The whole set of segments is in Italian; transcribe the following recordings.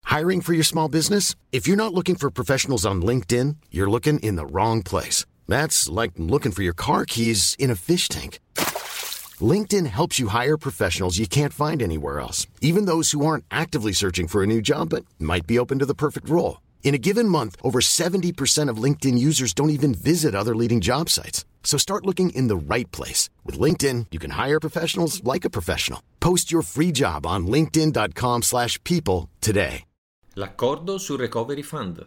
Hiring for your small business? If you're not looking for professionals on LinkedIn, you're looking in the wrong place. That's like looking for your car keys in a fish tank. LinkedIn helps you hire professionals you can't find anywhere else, even those who aren't actively searching for a new job but might be open to the perfect role. In a given month, over 70% of LinkedIn users don't even visit other leading job sites. So start looking in the right place. With LinkedIn, you can hire professionals like a professional. Post your free job on linkedin.com/people today. L'accordo sul Recovery Fund.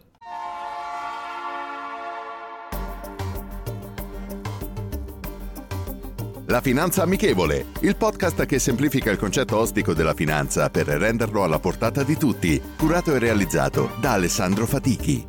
La Finanza Amichevole, il podcast che semplifica il concetto ostico della finanza per renderlo alla portata di tutti, curato e realizzato da Alessandro Fatichi.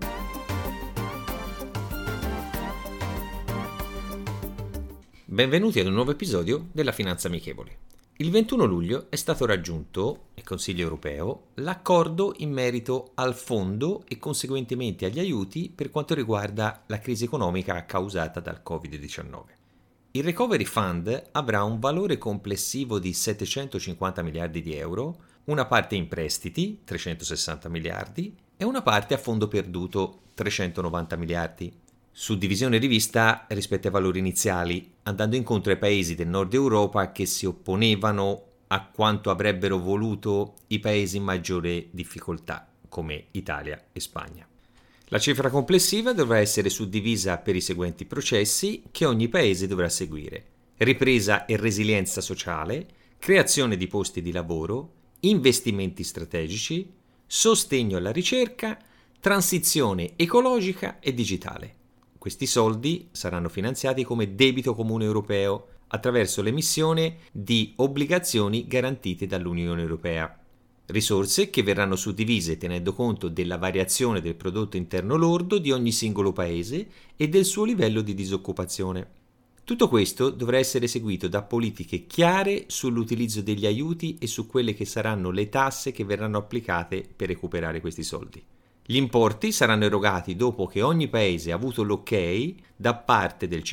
Benvenuti ad un nuovo episodio della Finanza Amichevole. Il 21 luglio è stato raggiunto, nel Consiglio europeo, l'accordo in merito al fondo e conseguentemente agli aiuti per quanto riguarda la crisi economica causata dal Covid-19. Il Recovery Fund avrà un valore complessivo di 750 miliardi di euro, una parte in prestiti, 360 miliardi, e una parte a fondo perduto, 390 miliardi. Suddivisione rivista rispetto ai valori iniziali, andando incontro ai paesi del nord Europa che si opponevano a quanto avrebbero voluto i paesi in maggiore difficoltà, come Italia e Spagna. La cifra complessiva dovrà essere suddivisa per i seguenti processi che ogni paese dovrà seguire: ripresa e resilienza sociale, creazione di posti di lavoro, investimenti strategici, sostegno alla ricerca, transizione ecologica e digitale. Questi soldi saranno finanziati come debito comune europeo attraverso l'emissione di obbligazioni garantite dall'Unione Europea. Risorse che verranno suddivise tenendo conto della variazione del prodotto interno lordo di ogni singolo paese e del suo livello di disoccupazione. Tutto questo dovrà essere seguito da politiche chiare sull'utilizzo degli aiuti e su quelle che saranno le tasse che verranno applicate per recuperare questi soldi. Gli importi saranno erogati dopo che ogni paese ha avuto l'ok da parte del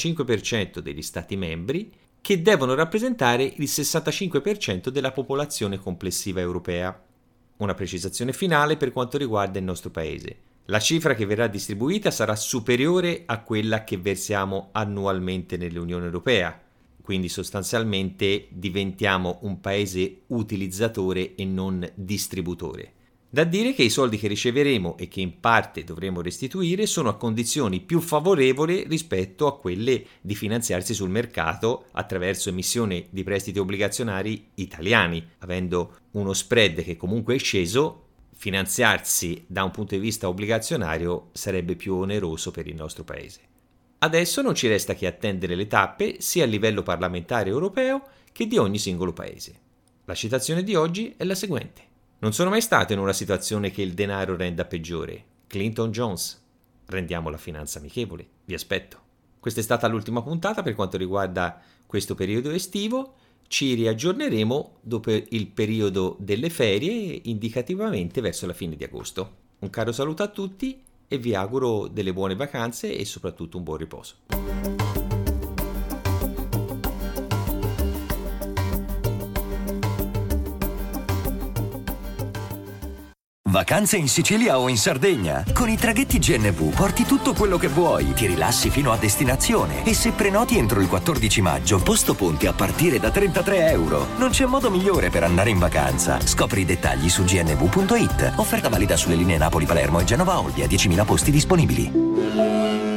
55% degli Stati membri, che devono rappresentare il 65% della popolazione complessiva europea. Una precisazione finale per quanto riguarda il nostro paese. La cifra che verrà distribuita sarà superiore a quella che versiamo annualmente nell'Unione Europea, quindi sostanzialmente diventiamo un paese utilizzatore e non distributore. Da dire che i soldi che riceveremo e che in parte dovremo restituire sono a condizioni più favorevoli rispetto a quelle di finanziarsi sul mercato attraverso emissione di prestiti obbligazionari italiani. Avendo uno spread che comunque è sceso, finanziarsi da un punto di vista obbligazionario sarebbe più oneroso per il nostro paese. Adesso non ci resta che attendere le tappe sia a livello parlamentare europeo che di ogni singolo paese. La citazione di oggi è la seguente: non sono mai stato in una situazione che il denaro renda peggiore. Clinton Jones. Rendiamo la finanza amichevole. Vi aspetto. Questa è stata l'ultima puntata per quanto riguarda questo periodo estivo. Ci riaggiorneremo dopo il periodo delle ferie, indicativamente verso la fine di agosto. Un caro saluto a tutti e vi auguro delle buone vacanze e soprattutto un buon riposo. Vacanze in Sicilia o in Sardegna? Con i traghetti GNV porti tutto quello che vuoi, ti rilassi fino a destinazione e se prenoti entro il 14 maggio, posto ponti a partire da €33. Non c'è modo migliore per andare in vacanza. Scopri i dettagli su gnv.it. Offerta valida sulle linee Napoli-Palermo e Genova-Olbia, 10.000 posti disponibili.